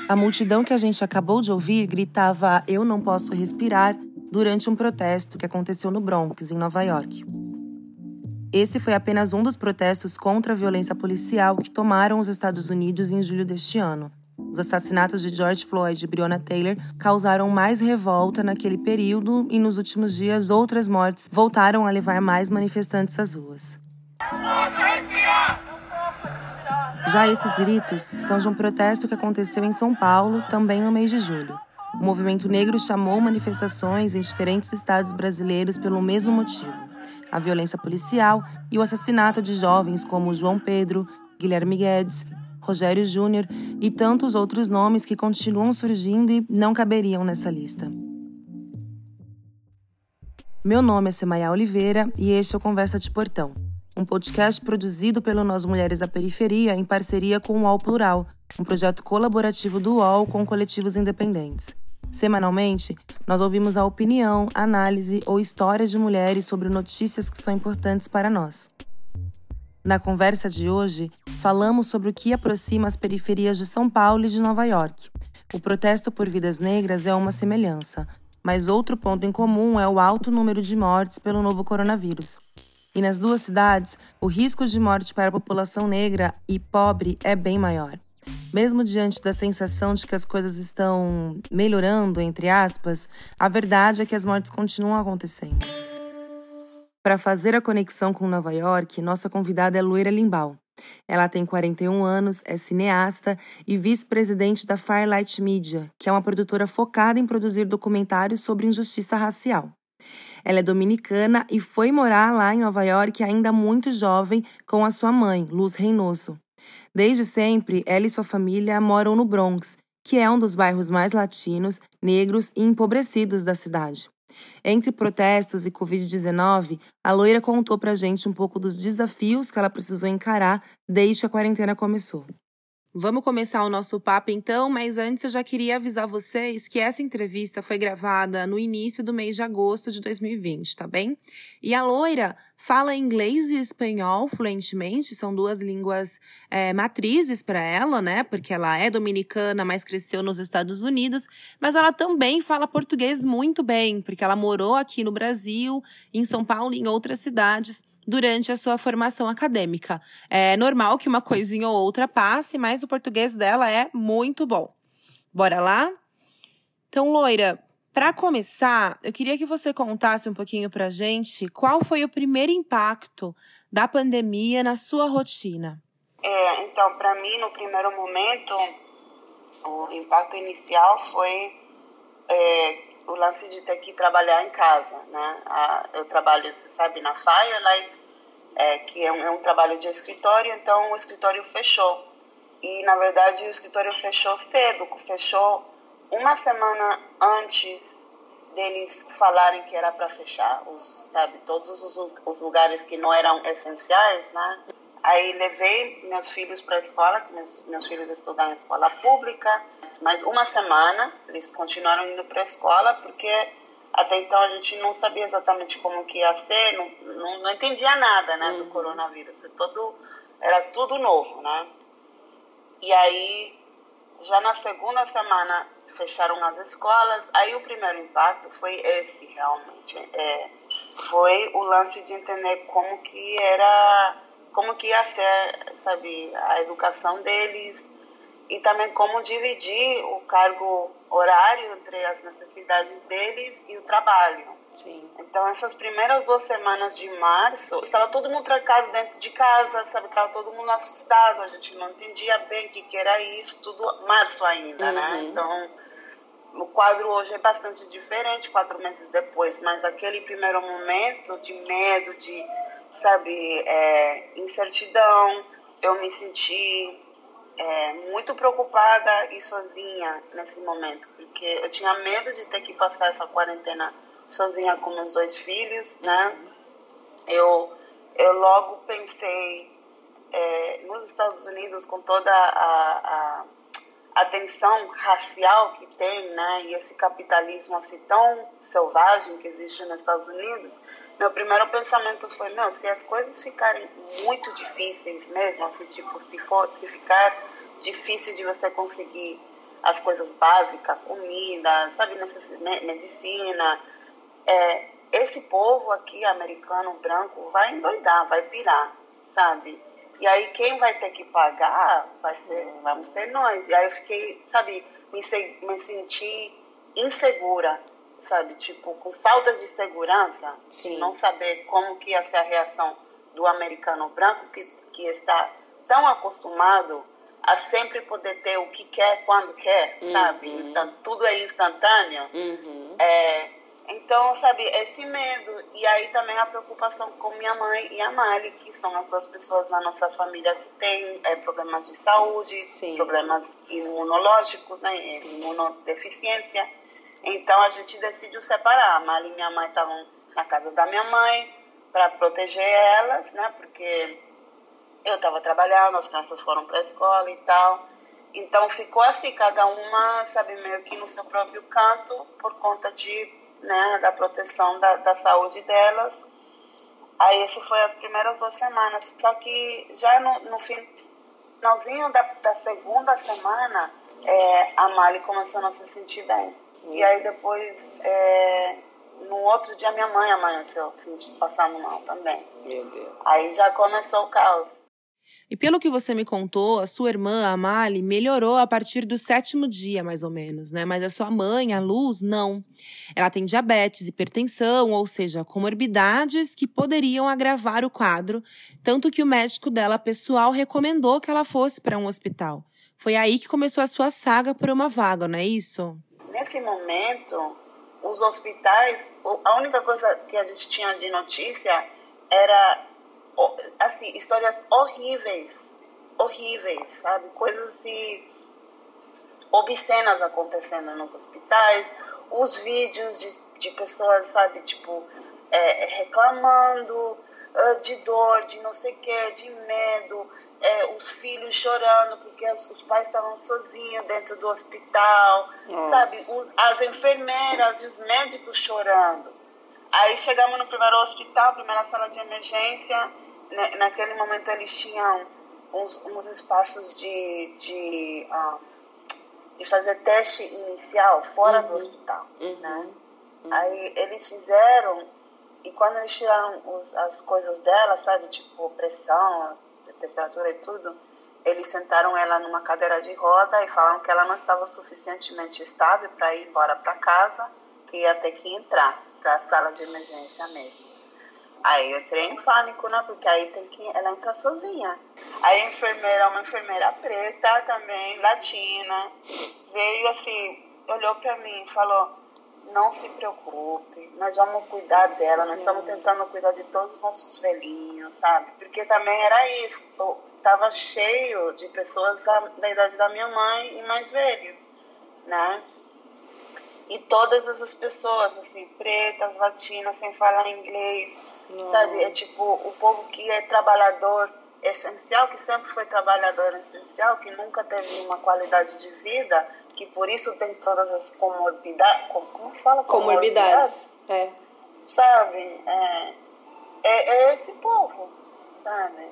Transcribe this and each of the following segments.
A multidão que a gente acabou de ouvir gritava "Eu não posso respirar" durante um protesto que aconteceu no Bronx, em Nova York. Esse foi apenas um dos protestos contra a violência policial que tomaram os Estados Unidos em julho deste ano. Os assassinatos de George Floyd e Breonna Taylor causaram mais revolta naquele período e, nos últimos dias, outras mortes voltaram a levar mais manifestantes às ruas. Já esses gritos são de um protesto que aconteceu em São Paulo, também no mês de julho. O movimento negro chamou manifestações em diferentes estados brasileiros pelo mesmo motivo: a violência policial e o assassinato de jovens como João Pedro, Guilherme Guedes, Rogério Júnior e tantos outros nomes que continuam surgindo e não caberiam nessa lista. Meu nome é Semaia Oliveira e este é o Conversa de Portão, um podcast produzido pelo Nós Mulheres da Periferia em parceria com o UOL Plural, um projeto colaborativo do UOL com coletivos independentes. Semanalmente, nós ouvimos a opinião, análise ou histórias de mulheres sobre notícias que são importantes para nós. Na conversa de hoje, falamos sobre o que aproxima as periferias de São Paulo e de Nova York. O protesto por vidas negras é uma semelhança, mas outro ponto em comum é o alto número de mortes pelo novo coronavírus. E nas duas cidades, o risco de morte para a população negra e pobre é bem maior. Mesmo diante da sensação de que as coisas estão melhorando, entre aspas, a verdade é que as mortes continuam acontecendo. Para fazer a conexão com Nova York, nossa convidada é Loira Limbal. Ela tem 41 anos, é cineasta e vice-presidente da Firelight Media, que é uma produtora focada em produzir documentários sobre injustiça racial. Ela é dominicana e foi morar lá em Nova York ainda muito jovem com a sua mãe, Luz Reynoso. Desde sempre, ela e sua família moram no Bronx, que é um dos bairros mais latinos, negros e empobrecidos da cidade. Entre protestos e Covid-19, a Loira contou pra gente um pouco dos desafios que ela precisou encarar desde que a quarentena começou. Vamos começar o nosso papo então, mas antes eu já queria avisar vocês que essa entrevista foi gravada no início do mês de agosto de 2020, tá bem? E a Loira fala inglês e espanhol fluentemente, são duas línguas matrizes para ela, né? Porque ela é dominicana, mas cresceu nos Estados Unidos, mas ela também fala português muito bem, porque ela morou aqui no Brasil, em São Paulo e em outras cidades durante a sua formação acadêmica. É normal que uma coisinha ou outra passe, mas o português dela é muito bom. Bora lá? Então, Loira, para começar, eu queria que você contasse um pouquinho pra gente qual foi o primeiro impacto da pandemia na sua rotina. Então, para mim, no primeiro momento, o impacto inicial foi o lance de ter que trabalhar em casa, né? Eu trabalho, você sabe, na Firelight, que é um trabalho de escritório, então o escritório fechou. E, na verdade, o escritório fechou cedo, fechou uma semana antes deles falarem que era para fechar, todos os lugares que não eram essenciais, né? Aí levei meus filhos para a escola, que meus filhos estudam em escola pública, mas uma semana eles continuaram indo para a escola, porque até então a gente não sabia exatamente como que ia ser, não entendia nada, né, do coronavírus, era tudo novo, né? E aí, já na segunda semana, fecharam as escolas. Aí o primeiro impacto foi esse, realmente. Foi o lance de entender como que ia ser, sabe, a educação deles e também como dividir o cargo horário entre as necessidades deles e o trabalho. Sim. Então, essas primeiras 2 semanas de março, estava todo mundo trancado dentro de casa, sabe? Estava todo mundo assustado, a gente não entendia bem o que era isso, tudo março ainda, né? Então, o quadro hoje é bastante diferente, 4 meses depois, mas aquele primeiro momento de medo, de, sabe, incertidão, eu me senti muito preocupada e sozinha nesse momento, porque eu tinha medo de ter que passar essa quarentena sozinha com meus 2 filhos, né? Eu logo pensei nos Estados Unidos, com toda a tensão racial que tem, né? E esse capitalismo assim tão selvagem que existe nos Estados Unidos, meu primeiro pensamento foi, se as coisas ficarem muito difíceis mesmo, assim, tipo, se ficar difícil de você conseguir as coisas básicas, comida, sabe, medicina. Esse povo aqui, americano, branco, vai endoidar, vai pirar, sabe? E aí quem vai ter que pagar vamos ser nós. E aí eu fiquei, sabe, me senti insegura, sabe? Tipo, com falta de segurança, de não saber como que ia ser a reação do americano branco que está tão acostumado a sempre poder ter o que quer, quando quer, sabe? Tudo é instantâneo. Então, sabe, esse medo. E aí também a preocupação com minha mãe e a Mali, que são as duas pessoas na nossa família que têm problemas de saúde, problemas imunológicos, né? Imunodeficiência. Então, a gente decidiu separar. A Mali e minha mãe estavam na casa da minha mãe para proteger elas, né? Porque eu estava trabalhando, as crianças foram para a escola e tal. Então, ficou assim, cada uma, sabe, meio que no seu próprio canto, por conta da proteção da saúde delas. Aí, isso foi as primeiras 2 semanas. Só que já no finalzinho da segunda semana, a Mali começou a não se sentir bem. E aí, depois, no outro dia, minha mãe amanheceu passando mal também. Meu Deus. Aí já começou o caos. E pelo que você me contou, a sua irmã, a Mali, melhorou a partir do 7º dia, mais ou menos, né? Mas a sua mãe, a Luz, não. Ela tem diabetes, hipertensão, ou seja, comorbidades que poderiam agravar o quadro, tanto que o médico dela pessoal recomendou que ela fosse para um hospital. Foi aí que começou a sua saga por uma vaga, não é isso? Nesse momento, os hospitais, a única coisa que a gente tinha de notícia era, assim, histórias horríveis, sabe? Coisas assim, obscenas acontecendo nos hospitais, os vídeos de pessoas, sabe, tipo, reclamando de dor, de não sei o que, de medo, os filhos chorando porque os pais estavam sozinhos dentro do hospital, sabe? As enfermeiras e os médicos chorando. Aí chegamos no primeiro hospital, primeira sala de emergência. Naquele momento eles tinham uns espaços de fazer teste inicial fora do hospital, né? Aí eles fizeram, e quando eles tiraram as coisas dela, sabe, tipo pressão, temperatura e tudo, eles sentaram ela numa cadeira de roda e falaram que ela não estava suficientemente estável para ir embora para casa, que ia ter que entrar para a sala de emergência mesmo. Aí eu entrei em pânico, né? Porque aí ela entra sozinha. Aí a enfermeira, uma enfermeira preta também, latina, veio assim, olhou para mim e falou: não se preocupe, nós vamos cuidar dela, nós estamos tentando cuidar de todos os nossos velhinhos, sabe? Porque também era isso, estava cheio de pessoas da idade da minha mãe e mais velho, né? E todas essas pessoas, assim, pretas, latinas, sem falar inglês, sabe? É tipo, o povo que é trabalhador essencial, que sempre foi trabalhador essencial, que nunca teve uma qualidade de vida, que por isso tem todas as comorbidades. Como que fala? Comorbidades. Sabe? É esse povo, sabe?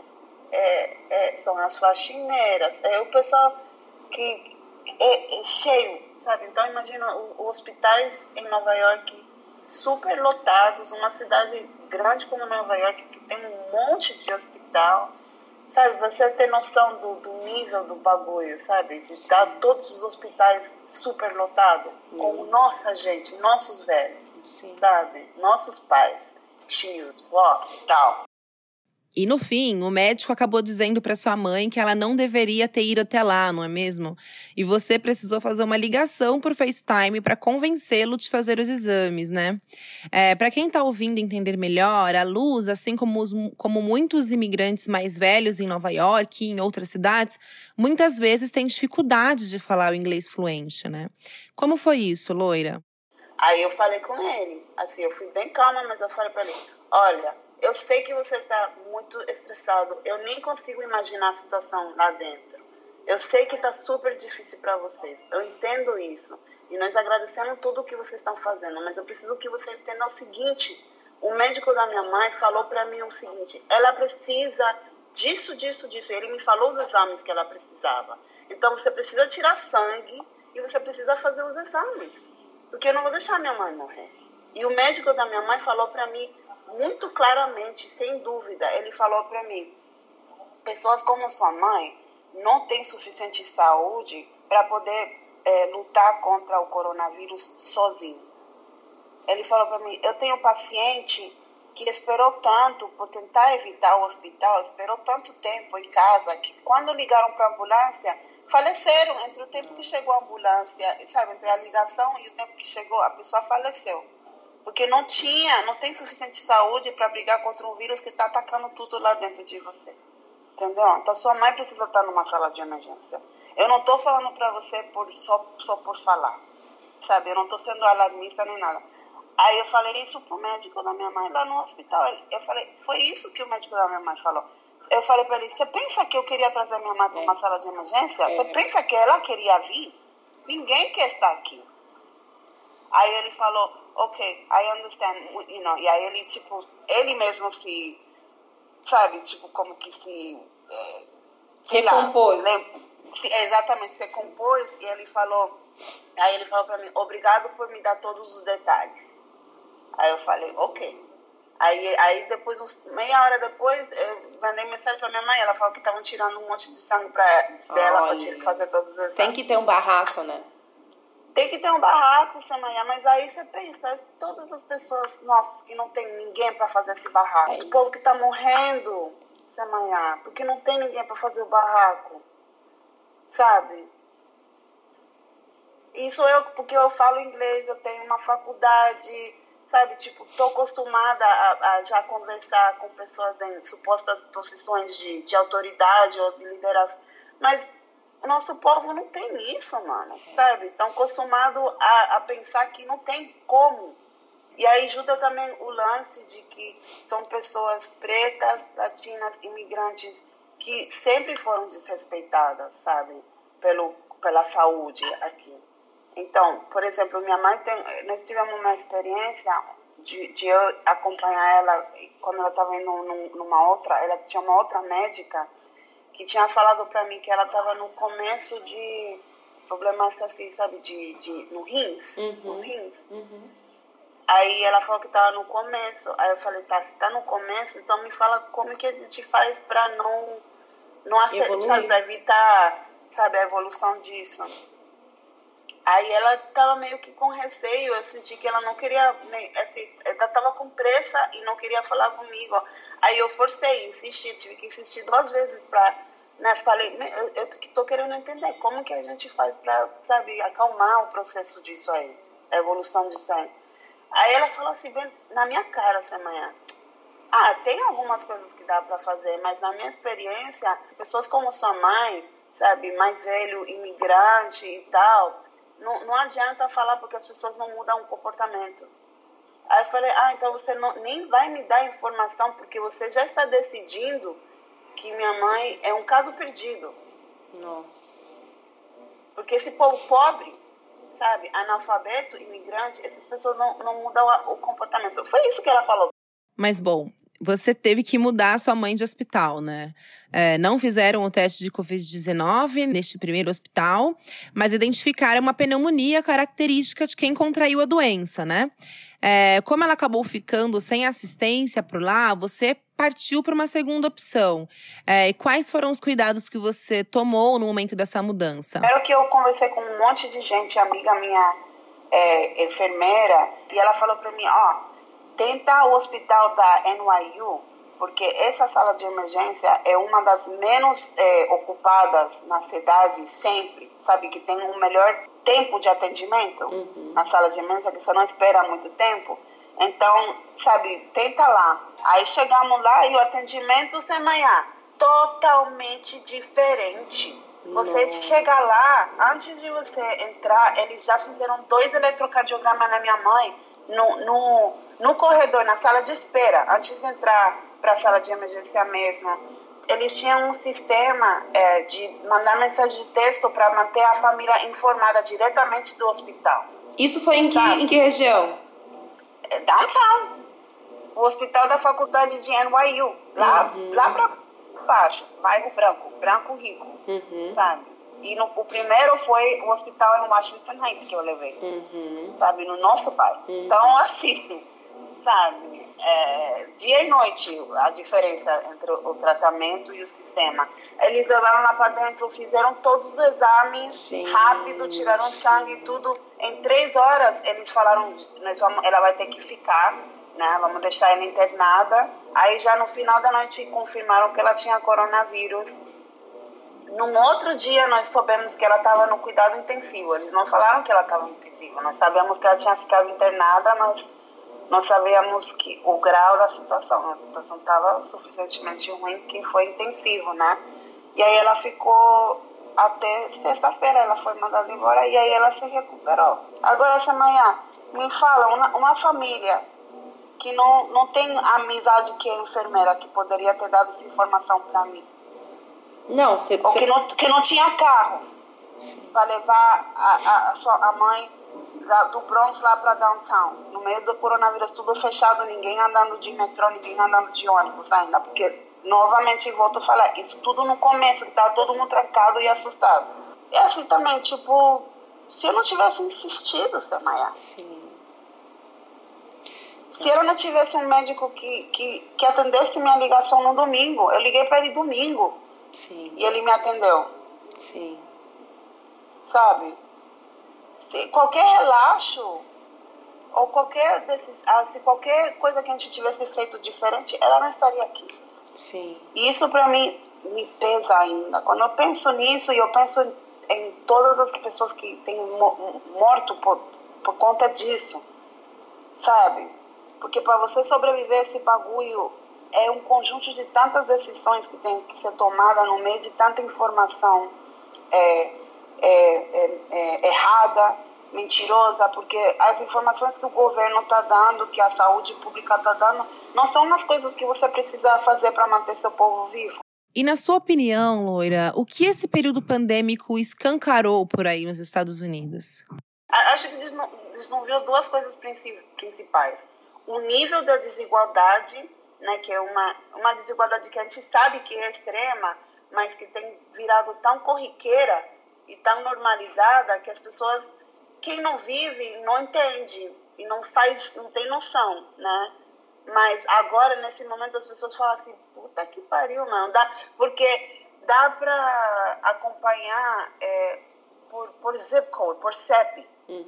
São as faxineiras, é o pessoal que é cheio, sabe? Então imagina os hospitais em Nova York super lotados, uma cidade grande como Nova York que tem um monte de hospital, sabe? Você tem noção do nível do bagulho, sabe? De estar todos os hospitais super lotados com nossa gente, nossos velhos, sabe? Nossos pais, tios, vó e tal. E no fim, o médico acabou dizendo para sua mãe que ela não deveria ter ido até lá, não é mesmo? E você precisou fazer uma ligação por FaceTime para convencê-lo de fazer os exames, né? Para quem está ouvindo entender melhor, a Luz, assim como muitos imigrantes mais velhos em Nova York e em outras cidades, muitas vezes têm dificuldade de falar o inglês fluente, né? Como foi isso, loira? Aí eu falei com ele, assim, eu fui bem calma, mas eu falei para ele: olha, eu sei que você está muito estressado. Eu nem consigo imaginar a situação lá dentro. Eu sei que está super difícil para vocês. Eu entendo isso. E nós agradecemos tudo o que vocês estão fazendo. Mas eu preciso que você entenda o seguinte. O médico da minha mãe falou para mim o seguinte. Ela precisa disso. Ele me falou os exames que ela precisava. Então, você precisa tirar sangue e você precisa fazer os exames, porque eu não vou deixar minha mãe morrer. E o médico da minha mãe falou para mim, muito claramente, sem dúvida, ele falou para mim, pessoas como sua mãe não têm suficiente saúde para poder lutar contra o coronavírus sozinho. Ele falou para mim, eu tenho paciente que esperou tanto por tentar evitar o hospital, esperou tanto tempo em casa, que quando ligaram para a ambulância, faleceram. Entre o tempo que chegou a ambulância, sabe, entre a ligação e o tempo que chegou, a pessoa faleceu. Porque não tem suficiente saúde para brigar contra um vírus que está atacando tudo lá dentro de você. Entendeu? Então, sua mãe precisa estar numa sala de emergência. Eu não estou falando para você só por falar, sabe? Eu não estou sendo alarmista nem nada. Aí eu falei isso pro médico da minha mãe lá no hospital. Eu falei, foi isso que o médico da minha mãe falou. Eu falei para ele, você pensa que eu queria trazer minha mãe para uma sala de emergência? Você pensa que ela queria vir? Ninguém quer estar aqui. Aí ele falou, ok, I understand, you know. E aí ele, tipo, ele mesmo se, sabe, tipo, como que se... recompôs. Exatamente, se compôs. E ele falou... Aí ele falou para mim, obrigado por me dar todos os detalhes. Aí eu falei, ok. Aí depois, meia hora depois, eu mandei mensagem para minha mãe. Ela falou que estavam tirando um monte de sangue dela para fazer todos os exames. Tem que ter um barraco, né? Tem que ter um barraco, Samanhã. Mas aí você pensa, todas as pessoas, nossa, que não tem ninguém para fazer esse barraco. O povo que está morrendo, Samanhã, porque não tem ninguém para fazer o barraco. Sabe? Isso porque eu falo inglês, eu tenho uma faculdade, sabe? Tipo, tô acostumada a já conversar com pessoas em supostas posições de autoridade ou de liderança. Mas o nosso povo não tem isso, mano, sabe? Estão acostumados a pensar que não tem como. E aí ajuda também o lance de que são pessoas pretas, latinas, imigrantes, que sempre foram desrespeitadas, sabe? Pela saúde aqui. Então, por exemplo, minha mãe nós tivemos uma experiência de eu acompanhar ela quando ela estava indo ela tinha uma outra médica que tinha falado para mim que ela estava no começo de problemas assim, sabe, no rins, os rins. Aí ela falou que estava no começo. Aí eu falei, tá, se tá no começo, então me fala como que a gente faz para não aceitar, sabe, para evitar, sabe, a evolução disso. Aí ela estava meio que com receio, eu senti que ela não queria, assim, ela estava com pressa e não queria falar comigo. Aí eu forcei, insisti, tive que insistir 2 vezes para, né, falei, eu estou querendo entender como que a gente faz para, sabe, acalmar o processo disso aí, a evolução disso aí. Aí ela falou assim, bem na minha cara essa manhã, tem algumas coisas que dá para fazer, mas na minha experiência, pessoas como sua mãe, sabe, mais velho, imigrante e tal, não adianta falar porque as pessoas não mudam o comportamento. Aí eu falei, então você nem vai me dar informação porque você já está decidindo que minha mãe é um caso perdido. Nossa. Porque esse povo pobre, sabe, analfabeto, imigrante, essas pessoas não mudam o comportamento. Foi isso que ela falou. Mas, bom, você teve que mudar a sua mãe de hospital, né? Não fizeram o teste de Covid-19 neste primeiro hospital, mas identificaram uma pneumonia característica de quem contraiu a doença, né? Como ela acabou ficando sem assistência por lá, você partiu para uma segunda opção. E quais foram os cuidados que você tomou no momento dessa mudança? Primeiro que eu conversei com um monte de gente, amiga minha, enfermeira, e ela falou para mim, tenta o hospital da NYU, porque essa sala de emergência é uma das menos ocupadas na cidade sempre, sabe? Que tem um melhor tempo de atendimento na sala de emergência, que você não espera muito tempo. Então, sabe, tenta lá. Aí chegamos lá e o atendimento sem manhã, totalmente diferente. Você chega lá, antes de você entrar, eles já fizeram 2 eletrocardiogramas na minha mãe, no corredor, na sala de espera, antes de entrar para a sala de emergência mesmo. Eles tinham um sistema de mandar mensagem de texto para manter a família informada diretamente do hospital. Isso foi em que região? Downtown. O hospital da faculdade de NYU. Lá para baixo. Bairro branco rico. Sabe? E o primeiro foi o hospital em Washington Heights que eu levei, sabe, no nosso bairro. Então, assim, sabe, dia e noite a diferença entre o tratamento e o sistema. Eles levaram lá para dentro, fizeram todos os exames rápido, tiraram sangue e tudo. Em 3 horas, eles falaram, ela vai ter que ficar, né? Vamos deixar ela internada. Aí já no final da noite confirmaram que ela tinha coronavírus. No outro dia nós soubemos que ela estava no cuidado intensivo. Eles não falaram que ela estava intensiva. Nós sabíamos que ela tinha ficado internada, mas nós sabíamos que o grau da situação. A situação estava suficientemente ruim que foi intensivo, né? E aí ela ficou até sexta-feira, ela foi mandada embora e aí ela se recuperou. Agora, Samaia, me fala, uma família que não tem a amizade que é enfermeira, que poderia ter dado essa informação para mim. Não, que não tinha carro para levar a mãe do Bronx lá para downtown, no meio do coronavírus, tudo fechado, ninguém andando de metrô, ninguém andando de ônibus ainda, porque, novamente, volto a falar, isso tudo no começo, que estava todo mundo trancado e assustado. E assim também, tipo, se eu não tivesse insistido, Samaia, se eu não tivesse um médico que atendesse minha ligação no domingo, eu liguei para ele domingo, e ele me atendeu. Sabe? Se qualquer relaxo ou se qualquer coisa que a gente tivesse feito diferente, ela não estaria aqui. E isso para mim me pesa ainda. Quando eu penso nisso e eu penso em todas as pessoas que têm morto por conta disso, sabe? Porque para você sobreviver a esse bagulho é um conjunto de tantas decisões que tem que ser tomada no meio de tanta informação errada, mentirosa, porque as informações que o governo está dando, que a saúde pública está dando, não são as coisas que você precisa fazer para manter seu povo vivo. E na sua opinião, Loira, o que esse período pandêmico escancarou por aí nos Estados Unidos? Acho que desnuviu 2 coisas principais. O nível da desigualdade, né, que é uma desigualdade que a gente sabe que é extrema, mas que tem virado tão corriqueira e tão normalizada que as pessoas, quem não vive, não entende e não tem noção, né? Mas agora, nesse momento, as pessoas falam assim, puta que pariu, mano. Porque dá para acompanhar por zip code, por CEP.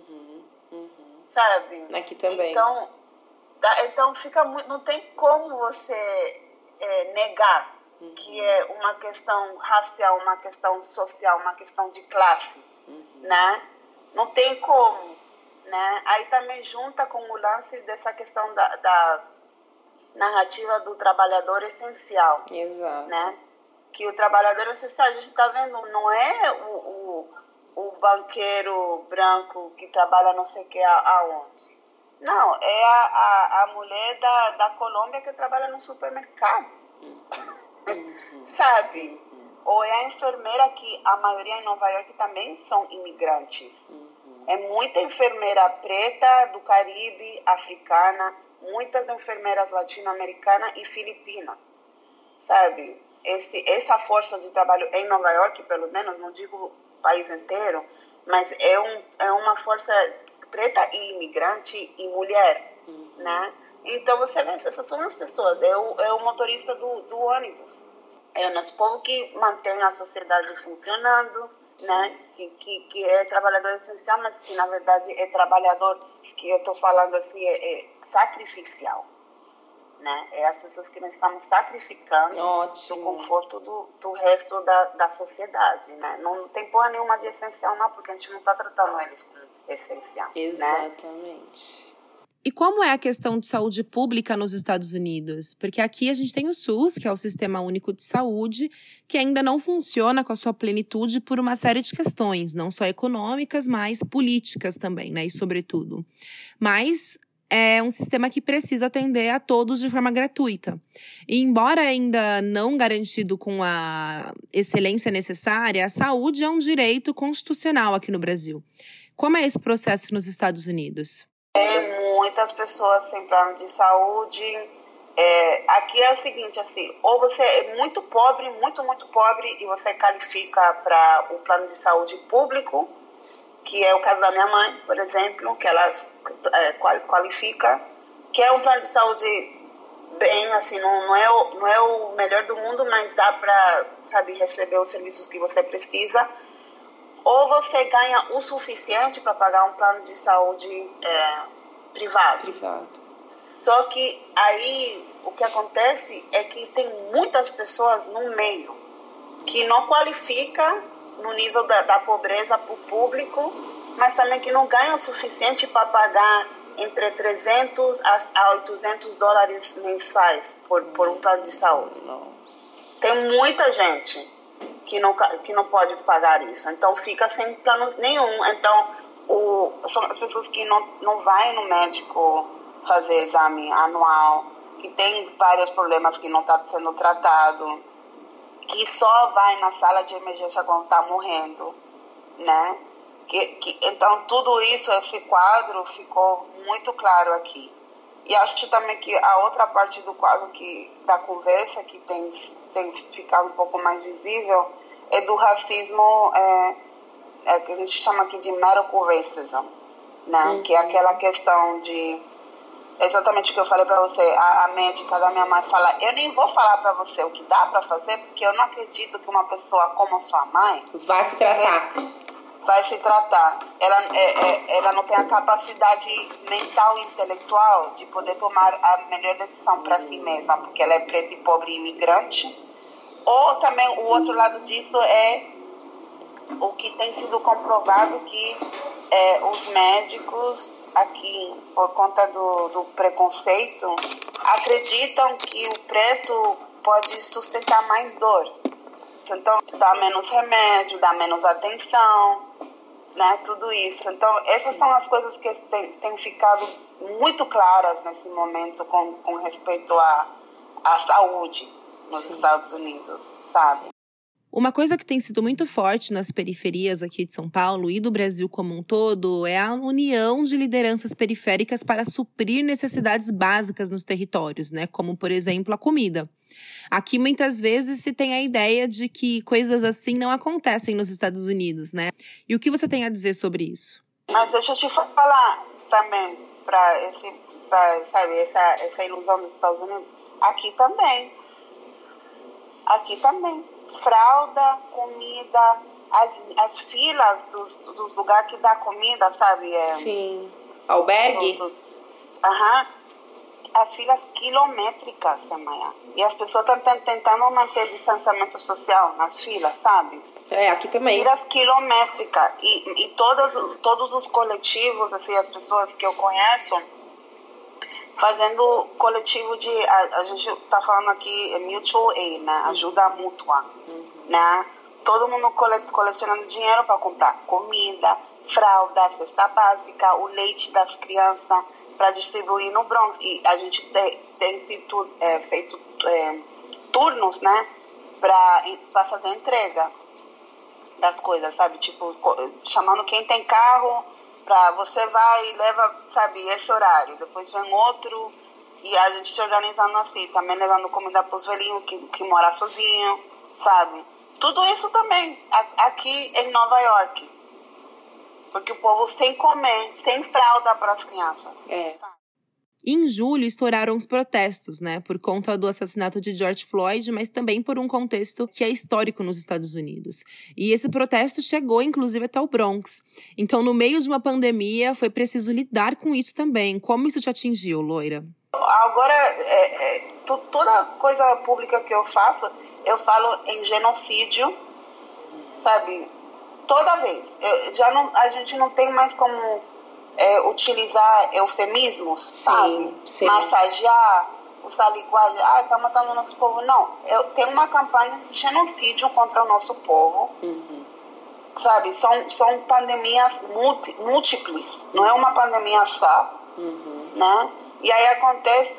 Sabe? Aqui também. Então fica muito, não tem como você negar que é uma questão racial, uma questão social, uma questão de classe, né? Não tem como, né? Aí também junta com o lance dessa questão da narrativa do trabalhador essencial. Exato. Né? Que o trabalhador essencial, a gente está vendo, não é o banqueiro branco que trabalha não sei o que aonde. Não, é a mulher da Colômbia que trabalha no supermercado. Sabe? Ou é a enfermeira, que a maioria em Nova York também são imigrantes. É muita enfermeira preta, do Caribe, africana, muitas enfermeiras latino-americanas e filipinas. Sabe? Essa força de trabalho em Nova York, pelo menos, não digo o país inteiro, mas é uma força preta e imigrante e mulher, né? Então você vê, essas são as pessoas, é o motorista do ônibus, é o nosso povo que mantém a sociedade funcionando, né? Que é trabalhador essencial, mas que na verdade é trabalhador, que eu estou falando assim, é sacrificial, né? É as pessoas que nós estamos sacrificando no conforto do resto da sociedade, né? Não tem porra nenhuma de essencial, não, porque a gente não está tratando eles como essencial. Exatamente. Né? E como é a questão de saúde pública nos Estados Unidos? Porque aqui a gente tem o SUS, que é o Sistema Único de Saúde, que ainda não funciona com a sua plenitude por uma série de questões, não só econômicas, mas políticas também, né? E sobretudo. Mas é um sistema que precisa atender a todos de forma gratuita. E embora ainda não garantido com a excelência necessária, a saúde é um direito constitucional aqui no Brasil. Como é esse processo nos Estados Unidos? Muitas pessoas sem plano de saúde, Aqui é o seguinte, assim, ou você é muito pobre, muito pobre, e você qualifica para o plano de saúde público, que é o caso da minha mãe, por exemplo, que ela qualifica, que é um plano de saúde bem, assim, não é o melhor do mundo, mas dá para, sabe, receber os serviços que você precisa. Ou você ganha o suficiente para pagar um plano de saúde privado. Só que aí o que acontece é que tem muitas pessoas no meio que não qualifica no nível da pobreza para o público, mas também que não ganham o suficiente para pagar entre 300 a 800 dólares mensais por um plano de saúde. Tem muita gente que não pode pagar isso, então fica sem plano nenhum. Então são as pessoas que não vai no médico fazer exame anual, que tem vários problemas que não está sendo tratado, que só vai na sala de emergência quando está morrendo, né? Então, tudo isso, esse quadro ficou muito claro aqui. E acho também que a outra parte do quadro da conversa que tem ficado um pouco mais visível é do racismo, que a gente chama aqui de medical racism, né? Que é aquela questão de... Exatamente o que eu falei para você, a médica da minha mãe fala, eu nem vou falar para você o que dá para fazer, porque eu não acredito que uma pessoa como sua mãe... vai se tratar. Vai se tratar. Ela não tem a capacidade mental e intelectual de poder tomar a melhor decisão para si mesma, porque ela é preta e pobre e imigrante. Ou também o outro lado disso é o que tem sido comprovado que os médicos aqui, por conta do preconceito, acreditam que o preto pode sustentar mais dor. Então, dá menos remédio, dá menos atenção, né? Tudo isso. Então, essas são as coisas que têm ficado muito claras nesse momento com respeito à saúde nos Estados Unidos, sabe? Uma coisa que tem sido muito forte nas periferias aqui de São Paulo e do Brasil como um todo é a união de lideranças periféricas para suprir necessidades básicas nos territórios, né? Como, por exemplo, a comida. Aqui, muitas vezes, se tem a ideia de que coisas assim não acontecem nos Estados Unidos, né? E o que você tem a dizer sobre isso? Mas deixa eu te falar também, para essa ilusão dos Estados Unidos, aqui também. Fralda, comida, as filas dos lugares que dá comida, sabe? Sim. Albergue? As filas quilométricas da manhã. E as pessoas estão tentando manter distanciamento social nas filas, sabe? Aqui também. Filas quilométricas. E todos os coletivos, assim, as pessoas que eu conheço, fazendo coletivo de... A gente está falando aqui mutual aid, né? Ajuda mútua, né? Todo mundo colecionando dinheiro para comprar comida, fralda, cesta básica, o leite das crianças para distribuir no Bronx. E a gente tem feito turnos, né? Para fazer entrega das coisas, sabe? Tipo, chamando quem tem carro... você vai e leva, sabe, esse horário, depois vem outro, e a gente se organizando assim, também levando comida para os velhinhos que moram sozinho, sabe? Tudo isso também, aqui em Nova York, porque o povo sem comer, sem fralda para as crianças. Sabe? Em julho, estouraram os protestos, né? Por conta do assassinato de George Floyd, mas também por um contexto que é histórico nos Estados Unidos. E esse protesto chegou, inclusive, até o Bronx. Então, no meio de uma pandemia, foi preciso lidar com isso também. Como isso te atingiu, Loira? Agora, toda coisa pública que eu faço, eu falo em genocídio, sabe? Toda vez. A gente não tem mais como... utilizar eufemismos, sabe? Sim. Massagear, usar linguagem, tá matando o nosso povo. Não, tem uma campanha de genocídio contra o nosso povo, sabe? São pandemias múltiplas, não é uma pandemia só, né? E aí acontece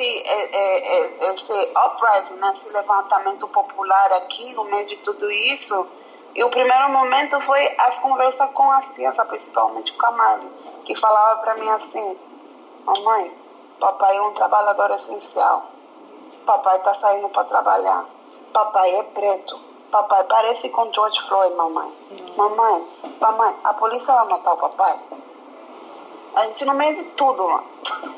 esse uprising, né? Esse levantamento popular aqui no meio de tudo isso. E o primeiro momento foi as conversas com as crianças, principalmente com a Mari, que falava para mim assim: mamãe, papai é um trabalhador essencial. papai tá saindo para trabalhar. Papai é preto. Papai parece com George Floyd, mamãe. Mamãe, a polícia vai matar o papai. A gente no meio de tudo, mano.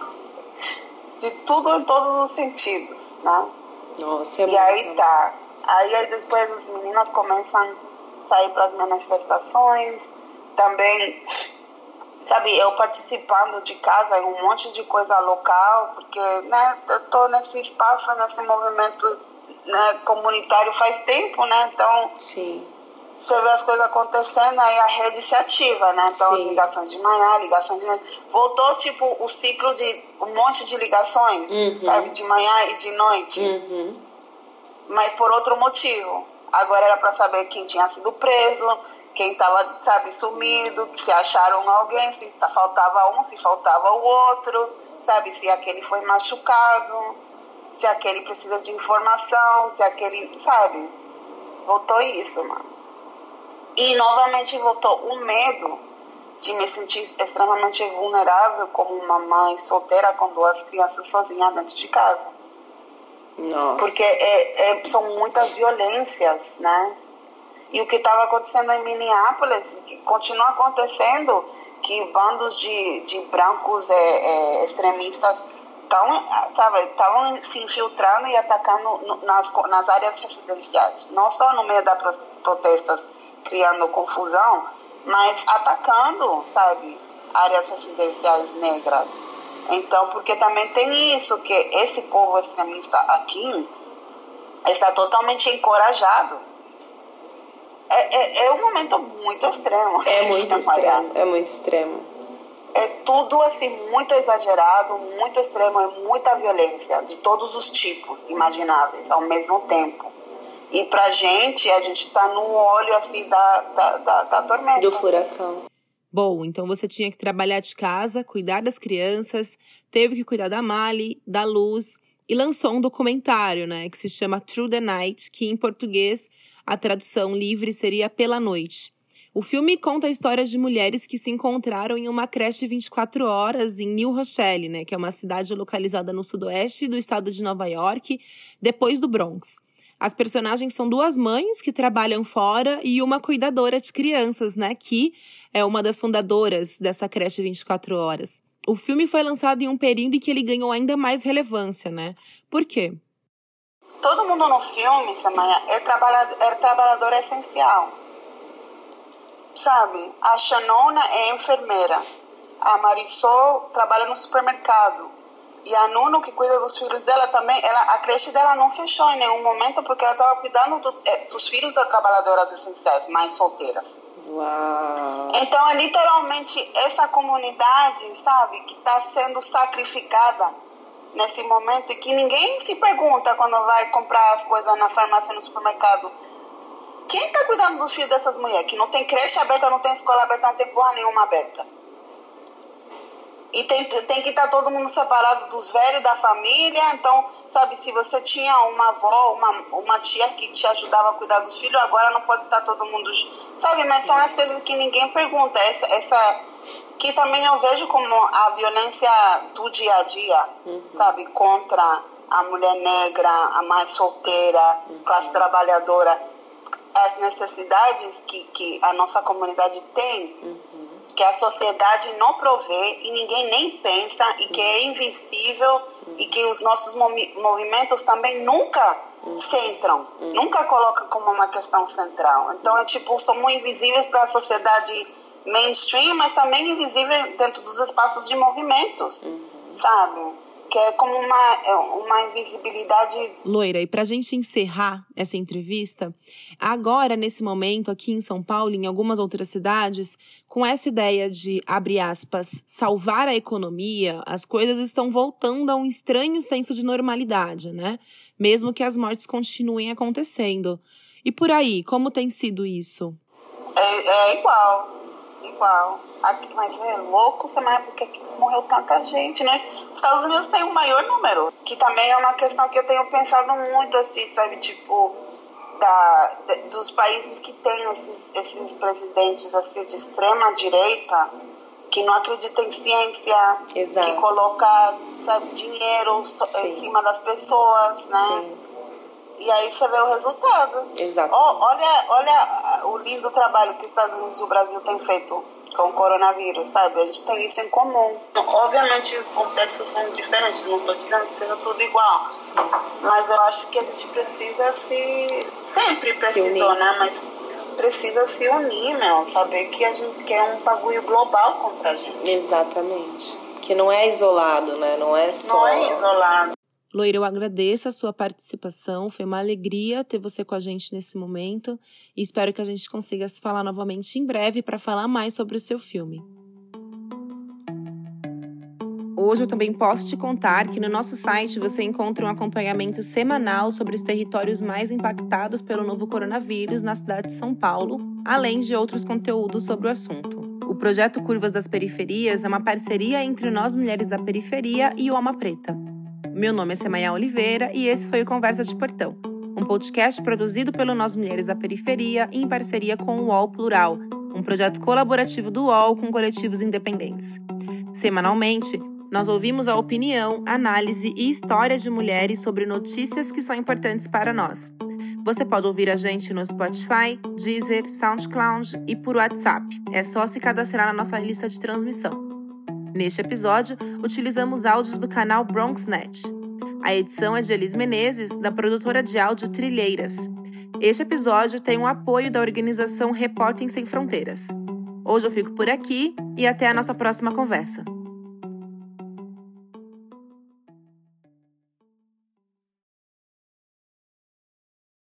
De tudo em todos os sentidos, né? Nossa, é e muito... aí tá. Aí depois as meninas começam a sair para as manifestações. Também, sabe, eu participando de casa em um monte de coisa local, porque, né, eu tô nesse espaço, nesse movimento, né, comunitário faz tempo, né? Então, sim, você vê as coisas acontecendo, aí a rede se ativa, né? Então, sim, as ligações de manhã, ligações de noite. Voltou, tipo, o ciclo de um monte de ligações, sabe? De manhã e de noite. Mas por outro motivo. Agora era para saber quem tinha sido preso, quem estava, sabe, sumido, se acharam alguém, se faltava um, se faltava o outro, sabe? Se aquele foi machucado, se aquele precisa de informação, se aquele, sabe? Voltou isso, mano. E novamente voltou o medo de me sentir extremamente vulnerável como uma mãe solteira com 2 crianças sozinha dentro de casa. Nossa. Porque são muitas violências, né? E o que estava acontecendo em Minneapolis, que continua acontecendo, que bandos de brancos extremistas estavam se infiltrando e atacando nas áreas residenciais. Não só no meio das protestas, criando confusão, mas atacando, sabe, áreas residenciais negras. Então, porque também tem isso, que esse povo extremista aqui está totalmente encorajado. É um momento muito extremo. É muito extremo, é muito extremo. É tudo assim, muito exagerado, muito extremo, é muita violência, de todos os tipos imagináveis, ao mesmo tempo. E pra gente, a gente tá no olho assim da tormenta. Do furacão. Bom, então você tinha que trabalhar de casa, cuidar das crianças, teve que cuidar da Mali, da Luz, e lançou um documentário, né, que se chama Through the Night, que em português a tradução livre seria Pela Noite. O filme conta a história de mulheres que se encontraram em uma creche 24 horas em New Rochelle, né, que é uma cidade localizada no sudoeste do estado de Nova York, depois do Bronx. As personagens são 2 mães que trabalham fora e uma cuidadora de crianças, né, que é uma das fundadoras dessa creche 24 horas. O filme foi lançado em um período em que ele ganhou ainda mais relevância, né? Por quê? Todo mundo no filme, Samaya, é trabalhador essencial. Sabe? A Shanona é enfermeira. A Marisol trabalha no supermercado. E a Nuno, que cuida dos filhos dela também, a creche dela não fechou em nenhum momento porque ela estava cuidando dos filhos das trabalhadoras essenciais, mães solteiras. Uau! Então, é literalmente essa comunidade, sabe, que está sendo sacrificada nesse momento e que ninguém se pergunta quando vai comprar as coisas na farmácia, no supermercado. Quem está cuidando dos filhos dessas mulheres? Que não tem creche aberta, não tem escola aberta, não tem porra nenhuma aberta. E tem que estar todo mundo separado dos velhos da família. Então, sabe, se você tinha uma avó, uma tia que te ajudava a cuidar dos filhos, agora não pode estar todo mundo... Sabe, mas são as coisas que ninguém pergunta. Essa que também eu vejo como a violência do dia a dia, sabe, contra a mulher negra, a mãe solteira, classe trabalhadora. As necessidades que a nossa comunidade tem, que a sociedade não provê e ninguém nem pensa, e que é invisível, e que os nossos movimentos também nunca centram, nunca colocam como uma questão central. Então, somos invisíveis para a sociedade mainstream, mas também invisíveis dentro dos espaços de movimentos, sabe? Que é como uma invisibilidade. Loira, e pra gente encerrar essa entrevista, agora, nesse momento, aqui em São Paulo e em algumas outras cidades, com essa ideia de, abre aspas, salvar a economia, as coisas estão voltando a um estranho senso de normalidade, né? Mesmo que as mortes continuem acontecendo. E por aí, como tem sido isso? É igual. Aqui, mas é louco, mas porque aqui morreu tanta gente, né? Os Estados Unidos tem o maior número, que também é uma questão que eu tenho pensado muito, assim, sabe, tipo, dos países que tem esses presidentes, assim, de extrema direita, que não acreditam em ciência, Exato. que coloca sabe, dinheiro em cima das pessoas, né? Sim. E aí você vê o resultado. Exato. Olha o lindo trabalho que os Estados Unidos e o Brasil têm feito com o coronavírus, sabe? A gente tem isso em comum. Obviamente os contextos são diferentes, não estou dizendo que seja tudo igual. Sim. Mas eu acho que a gente precisa sempre precisou, né? Mas precisa se unir, meu, saber que a gente quer um bagulho global contra a gente. Exatamente. Que não é isolado, né? Não é só... Não é isolado. Loira, eu agradeço a sua participação, foi uma alegria ter você com a gente nesse momento e espero que a gente consiga se falar novamente em breve para falar mais sobre o seu filme. Hoje eu também posso te contar que no nosso site você encontra um acompanhamento semanal sobre os territórios mais impactados pelo novo coronavírus na cidade de São Paulo, além de outros conteúdos sobre o assunto. O projeto Curvas das Periferias é uma parceria entre Nós Mulheres da Periferia e o Alma Preta. Meu nome é Semaia Oliveira e esse foi o Conversa de Portão, um podcast produzido pelo Nós Mulheres da Periferia em parceria com o UOL Plural, um projeto colaborativo do UOL com coletivos independentes. Semanalmente, nós ouvimos a opinião, análise e história de mulheres sobre notícias que são importantes para nós. Você pode ouvir a gente no Spotify, Deezer, SoundCloud e por WhatsApp. É só se cadastrar na nossa lista de transmissão. Neste episódio, utilizamos áudios do canal BronxNet. A edição é de Elis Menezes, da produtora de áudio Trilheiras. Este episódio tem o apoio da organização Repórter Sem Fronteiras. Hoje eu fico por aqui e até a nossa próxima conversa.